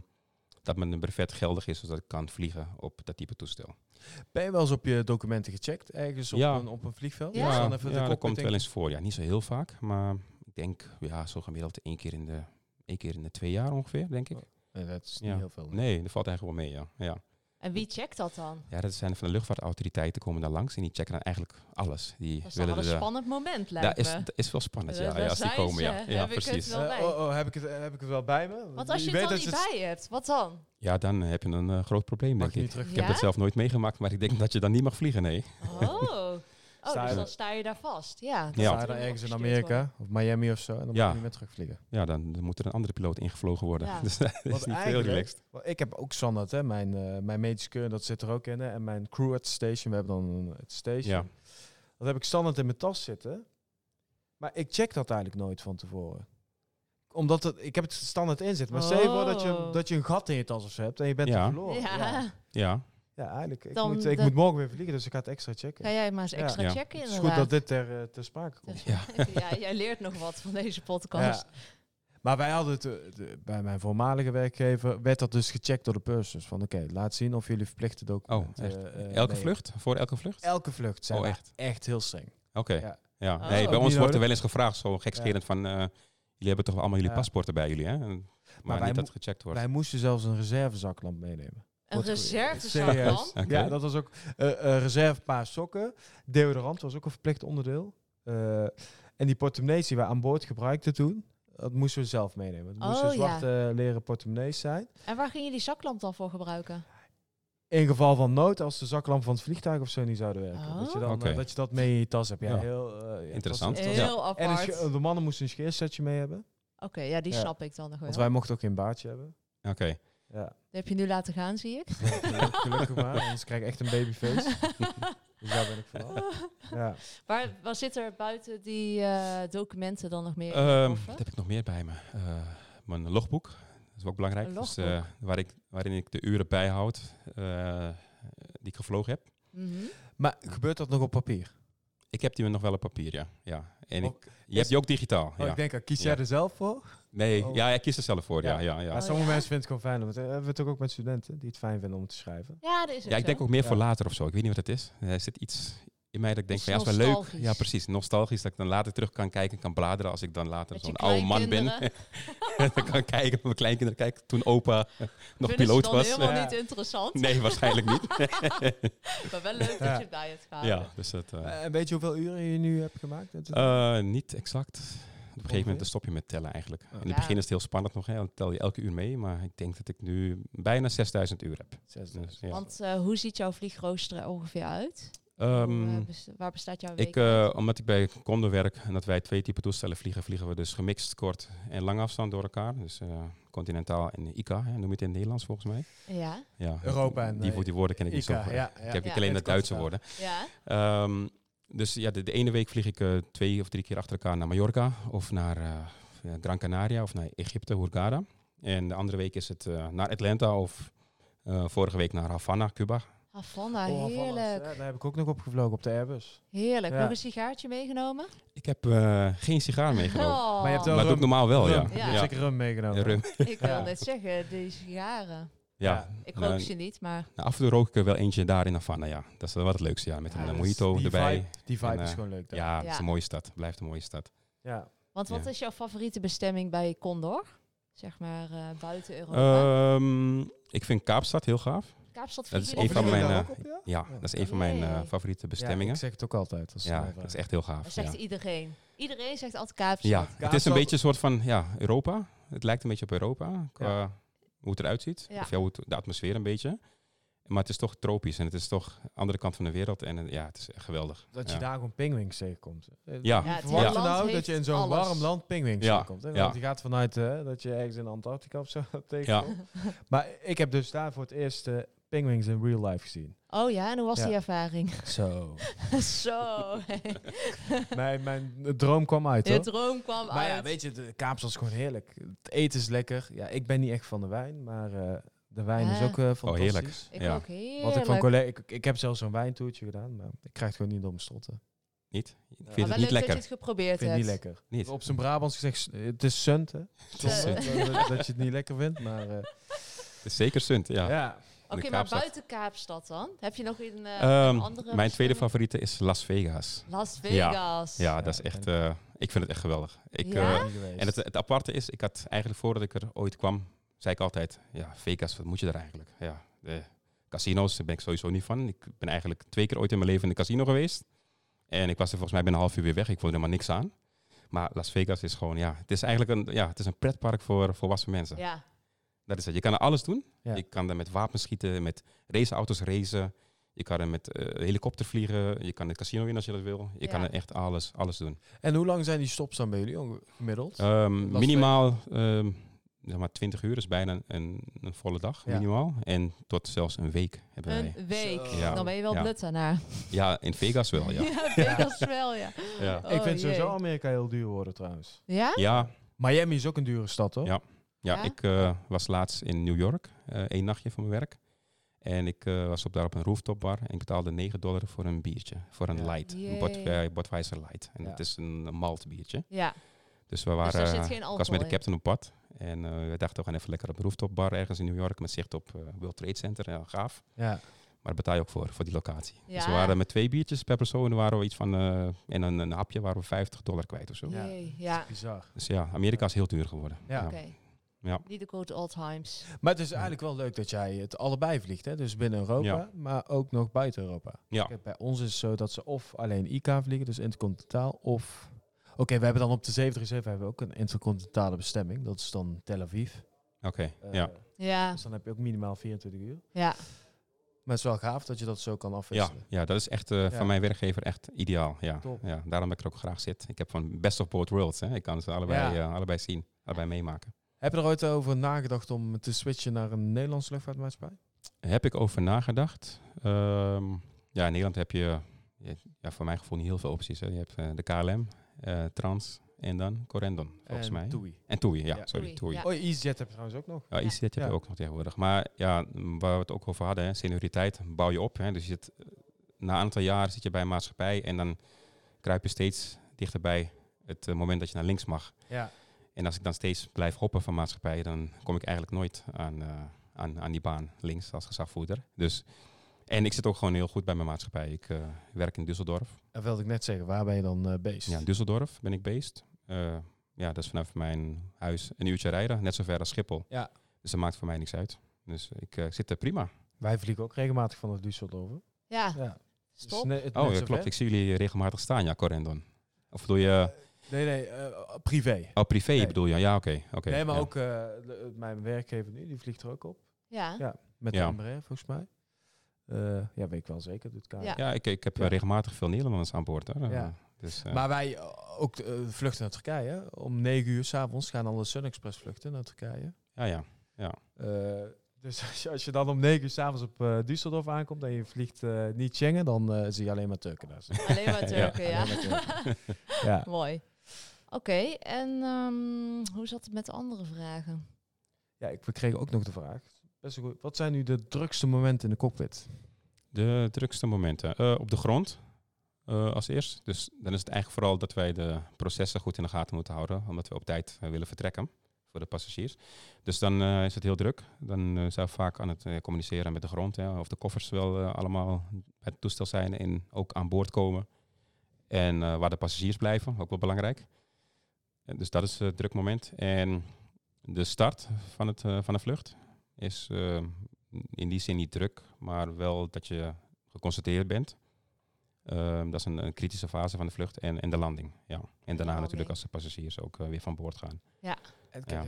dat mijn brevet geldig is, zodat ik kan vliegen op dat type toestel. Ben je wel eens op je documenten gecheckt, ergens Ja. op een vliegveld? Ja. Dus dan Ja, even de dat cockpit komt in- wel eens voor. Ja, niet zo heel vaak, maar ik denk zo gemiddeld één keer in de 2 jaar ongeveer, denk ik. Nee, dat is niet Ja. heel veel. Nee, dat valt eigenlijk wel mee, ja. En wie checkt dat dan? Ja, dat zijn van de luchtvaartautoriteiten komen daar langs en die checken dan eigenlijk alles. Die Dat is dan wel een de- spannend moment, Ja, lijkt me. is wel spannend, Daar als die zijn komen, ze. ja. Heb Ja, ik het precies. wel bij. Heb ik het wel bij me? Want als je weet het dan dat niet bij hebt, wat dan? Ja, dan heb je een groot probleem, Mag denk je niet ik. terug. Ik heb Ja? het zelf nooit meegemaakt, maar ik denk dat je dan niet mag vliegen, nee. Oh, Sta dus je- dan sta je daar vast. Ja, dat Ja. moet Sta je dan er ergens in opgestuurd worden. Amerika of Miami of zo en dan Ja. mag je niet meer terugvliegen. Ja, dan moet er een andere piloot ingevlogen worden. Ja. Dus dat is Want niet heel eigenlijk- relaxed. Wel, ik heb ook standaard, hè, mijn medische keur, dat zit er ook in. Hè, en mijn crew at the station, we hebben dan het station. Ja. Dat heb ik standaard in mijn tas zitten. Maar ik check dat eigenlijk nooit van tevoren. Omdat ik heb het standaard in zitten. Maar stel je voor Oh. dat je een gat in je tas of zo hebt en je bent Ja. er verloren. Ja. Ja, Ja, eigenlijk. Ik Dan moet dat- morgen weer vliegen, dus ik ga het extra checken. Ga jij maar eens Ja. extra Ja. checken, Het is inderdaad. goed dat dit ter sprake komt. ja. Ja, jij leert nog wat van deze podcast. Ja. Maar wij hadden het, bij mijn voormalige werkgever werd dat dus gecheckt door de pursers. Van oké, laat zien of jullie verplichte documenten... Elke mee- vlucht? Voor elke vlucht? Elke vlucht zijn Oh, we echt? echt heel streng. Oké. Ja. Ja. Oh. Nee, Ook bij ons niet wordt nodig. er wel eens gevraagd, zo gekscherend van... jullie hebben toch allemaal jullie Ja. paspoorten bij jullie, hè? Maar wij niet dat mo- gecheckt wordt. Wij moesten zelfs een reservezaklamp meenemen. Een Serieus. reservezaklamp? Oké. Ja, dat was ook een reservepaar sokken. Deodorant was ook een verplicht onderdeel. En die portemonnees die we aan boord gebruikten toen, dat moesten we zelf meenemen. Het moesten Oh, ja. zwarte leren portemonnees zijn. En waar ging je die zaklamp dan voor gebruiken? In geval van nood, als de zaklamp van het vliegtuig of zo niet zouden werken. Oh. Dat, je dan, Oké. dat je dat mee in je tas hebt. Ja, Ja. heel Interessant. het was- het was- Heel En apart. de mannen moesten een scheersetje mee hebben. Oké, ja, die Ja. snap ik dan nog wel. Want wij mochten ook geen baardje hebben. Oké. Ja, Die heb je nu laten gaan, zie ik. gelukkig maar. Anders krijg ik echt een babyface. Dus daar ben ik vanaf. Ja. Waar zit er buiten die documenten dan nog meer in? Wat Of, hè? heb ik nog meer bij me? Mijn logboek. Dat is ook belangrijk. Een Dus, logboek. waarin ik de uren bijhoud die ik gevlogen heb. Mhm. Maar gebeurt dat nog op papier? Ik heb die nog wel op papier, ja. En Ook- je hebt die ook digitaal. Oh, ja. ik denk, kies jij er zelf voor? Nee, Oh. ja, ik kies er zelf voor. Ja. Ja. Ja. Sommige ja? mensen vinden het gewoon fijn. Want hebben we toch ook met studenten die het fijn vinden om te schrijven? Ja, dat is Ja, ik denk ook meer voor Ja. later of zo. Ik weet niet wat het is. Er zit iets in mij dat ik denk Iets van ja, is wel leuk. nostalgisch. Ja, precies. Nostalgisch dat ik dan later terug kan kijken, kan bladeren als ik dan later Met zo'n je oude man ben. dan kan ik kijken met mijn kleinkinderen. Kijk, toen opa nog piloot was. helemaal Ja. niet interessant. Nee, waarschijnlijk niet. Maar wel leuk dat je het bij het gaat. ja, dus dat... En weet je hoeveel uren je nu hebt gemaakt? niet exact. Op een gegeven moment dan stop je met tellen eigenlijk. In het Ja. begin is het heel spannend nog. Hè. Dan tel je elke uur mee. Maar ik denk dat ik nu bijna 6000 uur heb. 6000. Dus, ja. Want hoe ziet jouw vliegrooster er ongeveer uit? Ehm, Waar bestaat jouw week Ik, uit? omdat ik bij Condor werk en dat wij 2 typen toestellen vliegen, vliegen we dus gemixt kort en lang afstand door elkaar. Dus continentaal en ICA, hè, noem je het in het Nederlands volgens mij. Ja. Ja, Europa en die woorden ken ik niet zo ICA, goed. ja, Ik heb Ja. alleen de Het Duitse komt woorden. Ja. Dus ja, de ene week vlieg ik 2 of 3 keer achter elkaar naar Mallorca of naar Gran Canaria of naar Egypte, Hurghada. En de andere week is het naar Atlanta of vorige week naar Havana, Cuba. Havana, Oh, heerlijk. Ja, daar heb ik ook nog opgevlogen op de Airbus. Heerlijk. Ja. Nog een sigaartje meegenomen? Ik heb geen sigaar meegenomen. Oh. Maar je hebt wel Maar dat doe ik rum. normaal wel, ja. Rum. Je hebt Ja. zeker rum meegenomen. Rum. Ik wil Ja. net zeggen, die sigaren. Ja. Ik Nou, rook ze niet, maar... Nou, af en toe rook ik er wel eentje daar in Havana, ja. Dat is wel het leukste, ja. Met Ja, een dat is- mojito die erbij. vibe- die vibe En, is gewoon leuk. daar. Ja, het Ja. is een mooie stad. Blijft een mooie stad. Ja. Want wat Ja. is jouw favoriete bestemming bij Condor? Zeg maar buiten Europa. Ik vind Kaapstad heel gaaf. Kaapstad dat is vliegen een jullie van Vliegen mijn... daar ook op, Ja, dat is een van mijn Nee. favoriete Ja, bestemmingen. ik zeg het ook altijd. Als ze Ja, mij dat is vragen. echt heel gaaf. Dat zegt Ja, iedereen. Iedereen zegt altijd Kaapstad. ja. Het is een Kaapstad- beetje een soort van Europa. Het lijkt een beetje op Europa. Qua hoe het eruit ziet. Ja. Of ja, hoe de atmosfeer een beetje. Maar het is toch tropisch. En het is toch de andere kant van de wereld. En ja, het is echt geweldig. Dat Ja. je daar gewoon pinguïns tegenkomt. Ja. Ja, Je het verwacht hele land nou heeft dat je in zo'n alles. warm land pinguïns Ja. tegenkomt. Hè? Ja. Want je gaat vanuit dat je ergens in Antarctica of zo tegenkomt. Maar ik heb dus daar voor het eerst pinguïns in real life gezien. Oh ja, en hoe was Ja. die ervaring? Zo. Zo. mijn droom kwam uit, Je hoor. droom kwam Maar ja, uit. weet je, de Kaapstad is gewoon heerlijk. Het eten is lekker. Ja, ik ben niet echt van de wijn, maar de wijn is Ja. ook fantastisch. heerlijk. Ik Ja. ook heerlijk. Wat ik van collega, ik heb zelfs zo'n wijntoertje gedaan, maar ik krijg het gewoon niet door mijn strotten. Niet? Ik Maar vind Maar het wel niet leuk dat je lekker. het geprobeerd Ik vind het niet hebt. lekker. Niet. Op zijn Brabants gezegd, het is sunt, hè? Dat je het niet lekker vindt, maar Het is zeker sunt, ja. ja. Oké, de maar Kaapstad. buiten Kaapstad dan? Heb je nog een andere Mijn tweede bestemming? favoriete is Las Vegas. Las Vegas. Ja, dat is echt... ik vind het echt geweldig. Ja? Niet geweest. En het aparte is, ik had eigenlijk voordat ik er ooit kwam, zei ik altijd, ja, Vegas, wat moet je er eigenlijk? Ja, de casino's, daar ben ik sowieso niet van. Ik ben eigenlijk 2 keer ooit in mijn leven in een casino geweest. En ik was er volgens mij binnen een half uur weer weg. Ik vond er helemaal niks aan. Maar Las Vegas is gewoon, ja, het is eigenlijk het is een pretpark voor volwassen mensen. Ja. Dat is het. Je kan er alles doen. Ja. Je kan er met wapens schieten, met raceauto's racen. Je kan er met helikopter vliegen. Je kan het casino in als je dat wil. Je Ja. kan er echt alles doen. En hoe lang zijn die stops dan bij jullie gemiddeld? Minimaal zeg maar 20 uur is bijna een volle dag, Ja. minimaal. En tot zelfs een week hebben wij. Een week. Zo. Ja. Dan ben je wel Ja. blut daarna. Ja, in Vegas wel, ja. Vegas wel, ja. Ja. Oh, Ik vind sowieso jee. Amerika heel duur worden trouwens. Ja? Ja, Miami is ook een dure stad, hoor. Ja. Ja? ik was laatst in New York, 1 nachtje van mijn werk. En ik was daar op een rooftopbar en ik betaalde $9 voor een biertje. Voor een Ja. light, Jee. een Budweiser light. En Ja. dat is een malt biertje. Ja. Dus we Dus waren, daar zit geen ik was alcohol met de in. captain op pad. En we dachten, we gaan even lekker op een rooftopbar ergens in New York met zicht op World Trade Center. Ja, gaaf. Ja. Maar daar betaal je ook voor die locatie. Ja. Dus we waren met 2 biertjes per persoon. En waren we iets van, en een hapje waren we $50 kwijt of zo. Ja. Jee, ja. Bizar. Dus ja, Amerika is heel duur geworden. Ja. Oké. Ja. Niet de good old times. Maar het is eigenlijk wel leuk dat jij het allebei vliegt, hè? Dus binnen Europa, Ja. maar ook nog buiten Europa. Ja. Kijk, bij ons is het zo dat ze of alleen IK vliegen, dus intercontinentaal, of... Oké, we hebben dan op de 737 hebben we ook een intercontinentale bestemming. Dat is dan Tel Aviv. Oké, Eh, ja. Ja. Dus dan heb je ook minimaal 24 uur. Ja. Maar het is wel gaaf dat je dat zo kan Ja, afwisselen. ja, dat is echt van mijn werkgever echt ideaal. Ja. Top. Ja, daarom dat ik er ook graag zit. Ik heb van best of both worlds. Hè. Ik kan ze allebei, Ja. allebei zien, allebei meemaken. Heb je er ooit over nagedacht om te switchen naar een Nederlandse luchtvaartmaatschappij? Heb ik over nagedacht. Ja, in Nederland heb je voor mijn gevoel niet heel veel opties. Hè. Je hebt de KLM, Trans en dan Corendon, volgens mij. TUI. En TUI, Ja. sorry, TUI. Ja. Oh, EasyJet heb je trouwens ook nog. Ja, EasyJet heb je ook nog tegenwoordig. Maar ja, waar we het ook over hadden, senioriteit bouw je op. Hè. Dus na een aantal jaar zit je bij een maatschappij en dan kruip je steeds dichterbij het moment dat je naar links mag. Ja. En als ik dan steeds blijf hoppen van maatschappij, dan kom ik eigenlijk nooit aan die baan links als gezagvoerder. Dus, en ik zit ook gewoon heel goed bij mijn maatschappij. Ik werk in Düsseldorf. Dat wilde ik net zeggen. Waar ben je dan based? Ja, in Düsseldorf ben ik based. Dat is vanaf mijn huis een uurtje rijden, net zo ver als Schiphol. Ja. Dus dat maakt voor mij niks uit. Dus ik zit er prima. Wij vliegen ook regelmatig vanaf Düsseldorf. Ja, Ja. stop. Dus Oh ja, klopt. Ik zie jullie regelmatig staan, ja, Corendon. Of bedoel je... Nee, privé. Oh, privé Nee. bedoel je? Ja, oké. Nee, maar ja. ook mijn werkgever nu, die vliegt er ook op. Ja. Ja, met Ja. Embraer volgens mij. Ja, weet ik wel zeker. Doet KLM. Ja. Ja, ik heb Ja. regelmatig veel Nederlanders aan boord. Hè. Ja. Dus, Maar wij ook vluchten naar Turkije. Hè? Om 9 uur 's avonds gaan alle SunExpress vluchten naar Turkije. ja. Dus als je dan om 9 uur 's avonds op Düsseldorf aankomt en je vliegt niet Schengen, dan zie je alleen maar Turken daar. Alleen maar Turken, ja. Alleen maar Turken. Ja. Mooi. Oké, en hoe zat het met de andere vragen? Ja, we kregen ook nog de vraag. Best wel goed. Wat zijn nu de drukste momenten in de cockpit? De drukste momenten. Op de grond als eerst. Dus dan is het eigenlijk vooral dat wij de processen goed in de gaten moeten houden. Omdat we op tijd willen vertrekken voor de passagiers. Dus dan is het heel druk. Dan zijn we vaak aan het communiceren met de grond. Ja, of de koffers wel allemaal bij het toestel zijn en ook aan boord komen. En waar de passagiers blijven, ook wel belangrijk. Dus dat is het druk moment. En de start van de vlucht is in die zin niet druk, maar wel dat je geconcentreerd bent. Dat is een kritische fase van de vlucht en de landing. Ja. En daarna natuurlijk als de passagiers ook weer van boord gaan. Ja. En kijk,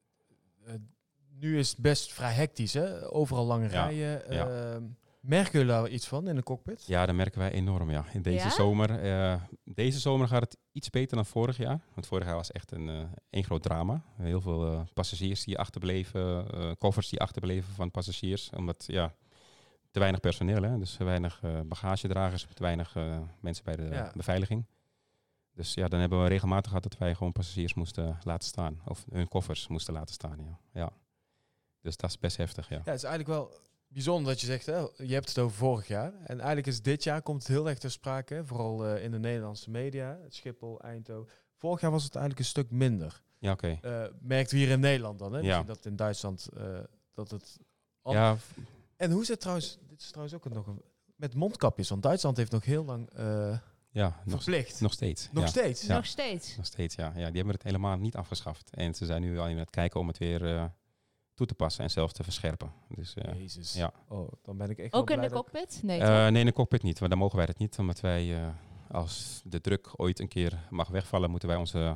nu is het best vrij hectisch, hè? Overal lange Ja. rijen. Ja. Merken jullie daar iets van in de cockpit? Ja, dat merken wij enorm, ja. In deze Ja? zomer. Deze zomer gaat het iets beter dan vorig jaar. Want vorig jaar was echt één groot drama. Heel veel passagiers die achterbleven, koffers die achterbleven van passagiers. Omdat, te weinig personeel, hè. Dus te weinig bagagedragers, te weinig mensen bij de beveiliging. Dus ja, dan hebben we regelmatig gehad dat wij gewoon passagiers moesten laten staan. Of hun koffers moesten laten staan, ja. Dus dat is best heftig, ja. Ja, het is eigenlijk wel bijzonder dat je zegt, hè, je hebt het over vorig jaar. En eigenlijk is dit jaar, komt het heel erg ter sprake, hè, vooral in de Nederlandse media, het Schiphol, Eindhoven. Vorig jaar was het eigenlijk een stuk minder. Ja, oké. Merkt u hier in Nederland dan, hè? Ja. Misschien dat in Duitsland dat het... Ja, En hoe is het trouwens, dit is trouwens ook nog met mondkapjes, want Duitsland heeft nog heel lang verplicht. nog steeds. Nog ja. steeds? Nog steeds. Nog steeds, ja. Die hebben het helemaal niet afgeschaft. En ze zijn nu al aan het kijken om het weer toe te passen en zelf te verscherpen. Dus, Jezus. ja. Oh, dan ben ik echt Ook wel in de blij dat- cockpit? Nee, Nee, in de cockpit niet. Want dan mogen wij dat niet. Omdat wij, als de druk ooit een keer mag wegvallen, moeten wij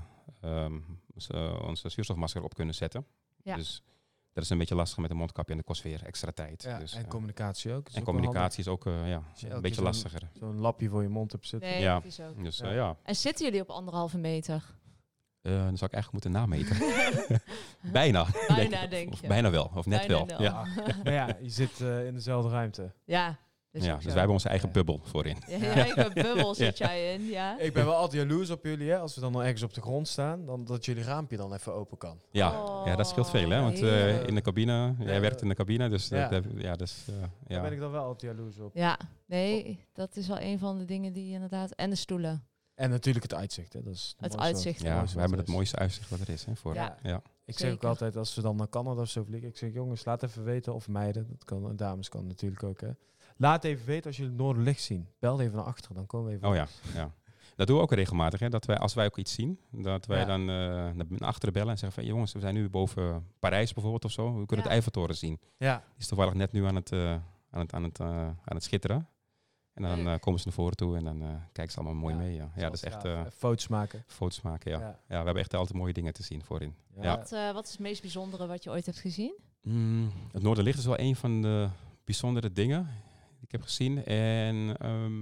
onze zuurstofmasker op kunnen zetten. Ja. Dus dat is een beetje lastig met een mondkapje en dat kost weer extra tijd. Ja, Dus, en communicatie ook. Is en ook wel communicatie is ook Als je elke een keer beetje zo'n- lastiger. handig. Zo'n lapje voor je mond hebt zitten. Nee, Ja. dat is ook. Dus Ja. ja, En zitten jullie op 1,5 meter? dan zou ik eigenlijk moeten nameten. Bijna. Bijna, denk Of je. bijna wel, of net Bijna wel. wel. Ja. Maar ja, je zit in dezelfde ruimte. Ja. Dus Ja, ook dus zo. wij hebben onze eigen Ja. bubbel voorin. Ja, je eigen bubbel zit jij in, ja. Ik ben wel altijd jaloers op jullie, hè. Als we dan nog ergens op de grond staan, dan dat jullie raampje dan even open kan. Ja, dat scheelt veel, hè? Want heerlijk. in de cabine, jij werkt in de cabine, dus Ja. dus Daar ben ik dan wel altijd jaloers op. Ja, nee, dat is wel een van de dingen die inderdaad... En de stoelen. En natuurlijk het uitzicht, hè. Dat is het Het mooiste uitzicht. wat- Ja, mooiste we wat hebben er het is. mooiste uitzicht wat er is, hè? Voor. Ja. Ja. Ik zeg ook Zeker. altijd, als we dan naar Canada of zo vliegen, ik zeg, jongens, laat even weten, of meiden, dat kan, dames kan natuurlijk ook, hè. Laat even weten als jullie het Noorderlicht zien. Bel even naar achteren, dan komen we even Oh ja, langs. ja. Dat doen we ook regelmatig, hè? Dat wij, als wij ook iets zien, dat wij Ja. dan naar achteren bellen en zeggen van, jongens, we zijn nu boven Parijs bijvoorbeeld of zo. We kunnen Ja. de Eiffeltoren zien. Ja, Die is toevallig net nu aan het schitteren. En dan Leuk. komen ze naar voren toe en dan kijken ze allemaal mooi Ja, mee. Ja, dat is echt foto's maken. foto's maken, ja. Ja. Ja, we hebben echt altijd mooie dingen te zien voorin. Ja. Ja. Wat is het meest bijzondere wat je ooit hebt gezien? Het Noorderlicht is wel een van de bijzondere dingen die ik heb gezien. En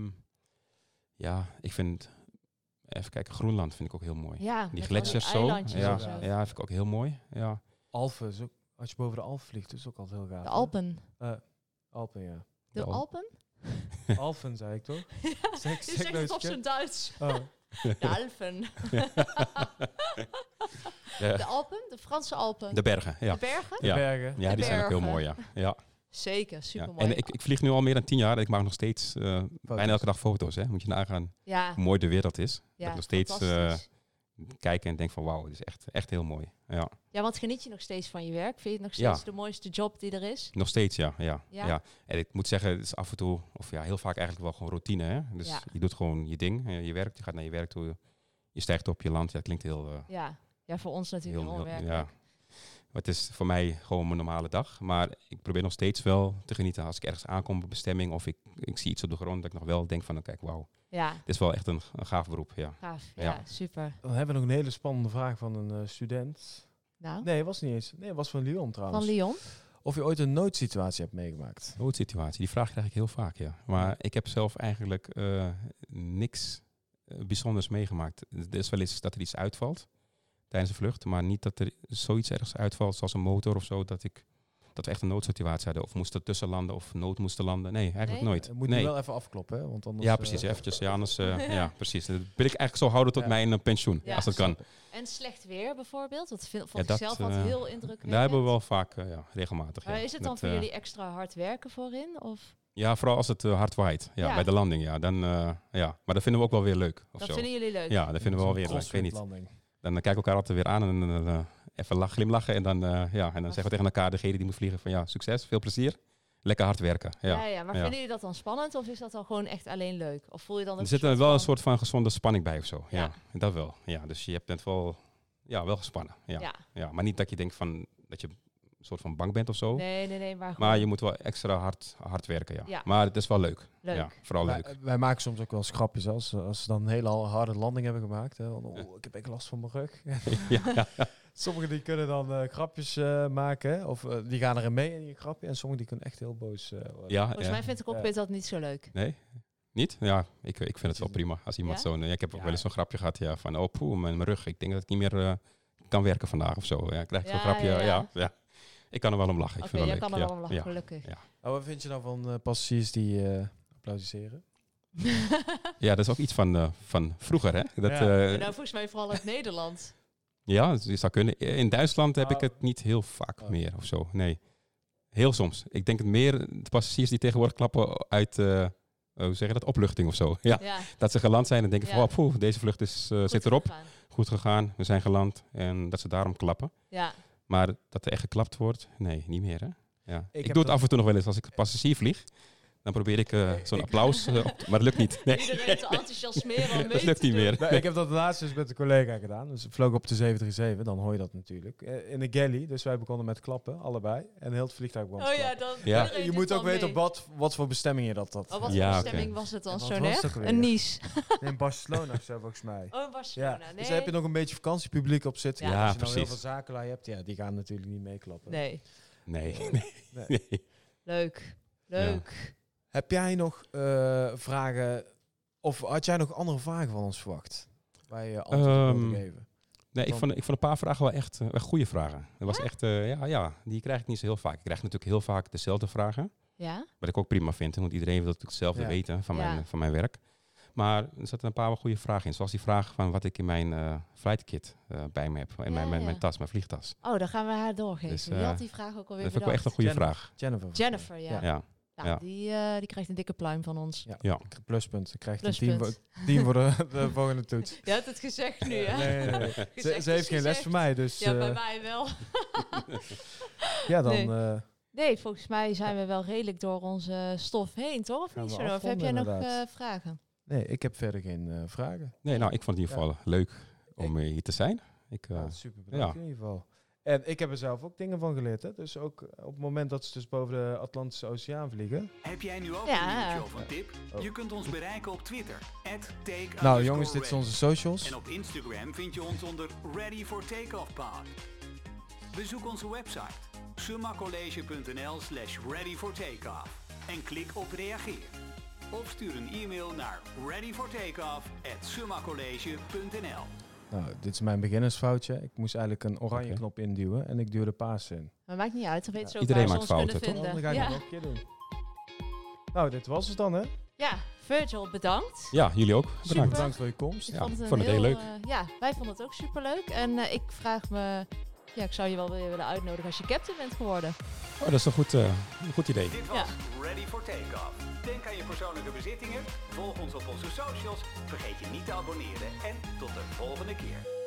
ik vind, even kijken, Groenland vind ik ook heel mooi. Ja, Die met gletsjers al die zo. eilandjes Ja, en zo. ja, vind ik ook heel mooi. Ja. Alphen is ook, als je boven de Alpen vliegt, is ook altijd heel gaaf. De hè? Alpen. Alpen, ja. De Al- Alpen? Alphen, zei ik toch? Ja, Zeg je zegt nou het op eens, zijn Duits. Oh. De Alpen. De Alpen? De Franse Alpen? De bergen, ja. De bergen? Ja. De bergen. Ja, die zijn ook heel mooi, ja. Zeker, super Ja. mooi. En ik vlieg nu al meer dan 10 jaar en ik maak nog steeds bijna elke dag foto's. Hè. Moet je nagaan Ja, hoe mooi de wereld is. Dat ja, ik nog steeds fantastisch. kijken en denk van wauw, het is echt heel mooi. Ja. Ja, want geniet je nog steeds van je werk? Vind je het nog steeds de mooiste job die er is? Nog steeds, ja. Ja? En ik moet zeggen, het is af en toe, of ja, heel vaak eigenlijk wel gewoon routine. Hè. Dus je doet gewoon je ding, je werkt, je gaat naar je werk toe, je stijgt op, je landt. Ja, het klinkt heel... Ja, voor ons natuurlijk heel onwerkelijk. ja. Maar het is voor mij gewoon mijn normale dag. Maar ik probeer nog steeds wel te genieten als ik ergens aankom op bestemming of ik zie iets op de grond dat ik nog wel denk van, kijk, wauw. Ja. Het is wel echt een gaaf beroep, ja. Gaaf, Ja. super. Dan hebben we nog een hele spannende vraag van een student. Nou, Nee, was niet eens. Nee, het was van Lyon trouwens. van Lyon? Of je ooit een noodsituatie hebt meegemaakt. Noodsituatie, die vraag krijg ik heel vaak, ja. Maar ik heb zelf eigenlijk niks bijzonders meegemaakt. Er is wel eens dat er iets uitvalt tijdens een vlucht, maar niet dat er zoiets ergens uitvalt, zoals een motor of zo, dat we echt een noodsituatie hadden. Of moesten tussen landen of nood moesten landen. Nee, eigenlijk nooit. Moet je wel even afkloppen, hè? Want anders, Ja, precies. Eventjes. Ja, anders, ja, precies. Dat wil ik eigenlijk zo houden tot mijn pensioen, Ja. als dat kan. En slecht weer bijvoorbeeld? Dat vond Ja, ik dat, zelf altijd heel indrukwekkend. Daar hebben we wel vaak, regelmatig. Maar ja. is het dan Dat, voor jullie extra hard werken voorin? Of? Ja, vooral als het hard waait. Ja, Ja. bij de landing, ja. Dan, ja. Maar dat vinden we ook wel weer leuk. Of Dat zo. vinden jullie leuk? Ja, dat vinden we wel weer leuk. Ik weet niet. Dan kijken we elkaar altijd weer aan en dan even glimlachen. En dan, en dan zeggen we tegen elkaar, degene die moet vliegen, van ja, succes, veel plezier. Lekker hard werken. Ja. Maar vinden jullie dat dan spannend of is dat dan gewoon echt alleen leuk? Of voel je dan ook Er zit er wel een soort van gezonde spanning bij of zo. Ja, dat wel. Ja, dus je bent wel gespannen. Ja. Maar niet dat je denkt van dat je een soort van bang bent of zo. Nee, maar gewoon... Maar je moet wel extra hard werken, ja. Ja. Maar het is wel leuk. Leuk. Ja, vooral leuk. Wij maken soms ook wel eens grapjes als ze dan een hele harde landing hebben gemaakt. Hè, van, ik heb echt last van mijn rug. Ja. Sommigen die kunnen dan grapjes maken. Hè, of die gaan erin mee in je grapje. En sommigen die kunnen echt heel boos worden. Volgens mij vindt de cockpit dat niet zo leuk. Nee? Niet? Ja, ik vind het wel prima. Als iemand zo'n... ik heb ook wel eens zo'n grapje gehad van... mijn rug. Ik denk dat ik niet meer kan werken vandaag of zo. Ja, ik krijg zo'n grapje. Ja. Ik kan er wel om lachen. Ik vind het Oké, wel jij leuk. kan er wel om lachen, gelukkig. Ja. Wat vind je nou van passagiers die applaudisseren? Ja, dat is ook iets van vroeger, hè? Dat, nou, volgens mij vooral uit Nederland. Ja, dat zou kunnen. In Duitsland heb ik het niet heel vaak meer of zo. Nee. Heel soms. Ik denk het meer de passagiers die tegenwoordig klappen uit... hoe zeg je dat? Opluchting of zo. Ja. Dat ze geland zijn en denken van... Poeh, deze vlucht zit erop. Goed gegaan. We zijn geland. En dat ze daarom klappen. Ja. Maar dat er echt geklapt wordt, nee, niet meer. Hè? Ja. Ik doe het dat af en toe nog wel eens als ik passagier vlieg. Dan probeer ik zo'n applaus, maar dat lukt niet. Nee. Iedereen te enthousiasmeren om mee dat lukt te niet doen. meer. Nee, ik heb dat laatst dus met een collega gedaan. Dus ik vloog op de 737, dan hoor je dat natuurlijk. In de galley, dus wij begonnen met klappen, allebei. En heel het vliegtuig begon te klappen. Dan Ja. iedereen Je doet moet ook dan weten mee. op wat voor bestemming je dat had. Oh, wat Ja, voor oké. bestemming was het dan En wat zo was het erg? ook weer? Een Nice. In Barcelona of zo, volgens mij. Oh, in Barcelona. Ja, Nee. dus daar heb je nog een beetje vakantiepubliek op zitten. Ja. Ja, als je nou precies. heel veel zakenlui hebt, ja, die gaan natuurlijk niet meeklappen. Nee. Nee. Leuk. Leuk. Heb jij nog vragen, of had jij nog andere vragen van ons verwacht? Waar je antwoord op wilde geven? Nee, ik vond een paar vragen wel echt goede vragen. Dat was echt, die krijg ik niet zo heel vaak. Ik krijg natuurlijk heel vaak dezelfde vragen. Ja? Wat ik ook prima vind, want iedereen wil natuurlijk hetzelfde weten van mijn werk. Maar er zaten een paar wel goede vragen in. Zoals die vraag van wat ik in mijn flight kit bij me heb. In mijn tas, mijn vliegtas. Oh, dan gaan we haar doorgeven. Dus, Wie had die vraag ook alweer Dat vind ik wel echt een goede vraag. Jennifer, ja. Ja. Die krijgt een dikke pluim van ons. Ja. Pluspunt. Je krijgt Pluspunt. een 10 voor de volgende toets. Je hebt het gezegd nu, hè? Nee. Ze heeft geen les van mij, dus... Ja, bij mij wel. ja, dan... Nee, volgens mij zijn we wel redelijk door onze stof heen, toch? Of Gaan niet we zo? Of heb jij afronden, nog inderdaad. vragen? Nee, ik heb verder geen vragen. Nee, nou, ik vond het in ieder geval leuk om hier te zijn. Super bedankt in ieder geval. En ik heb er zelf ook dingen van geleerd. Hè? Dus ook op het moment dat ze dus boven de Atlantische Oceaan vliegen. Heb jij nu ook een nieuwtje of een tip? Je kunt ons bereiken op Twitter. @take_ready. Nou jongens, dit zijn onze socials. En op Instagram vind je ons onder Ready for Takeoff Pod. Bezoek onze website summacollege.nl/readyfortakeoff en klik op reageer. Of stuur een e-mail naar readyfortakeoff@summacollege.nl. Nou, dit is mijn beginnersfoutje. Ik moest eigenlijk een oranje knop induwen en ik duwde paas in. Maar maakt niet uit, dan weet ze ook Iedereen waar ze maakt ons fouten, kunnen Dan vinden. ga ik het nog een keer doen. Nou, dit was het dan, hè? Ja, Virgil, bedankt. Ja, jullie ook. Super. Bedankt. Bedankt voor je komst. Ik Ja, vond het vond het heel leuk. wij vonden het ook superleuk. En ik vraag me... Ja, ik zou je wel weer willen uitnodigen als je captain bent geworden. Oh, dat is een goed idee. Dit was Ready for Takeoff. Denk aan je persoonlijke bezittingen, volg ons op onze socials, vergeet je niet te abonneren en tot de volgende keer.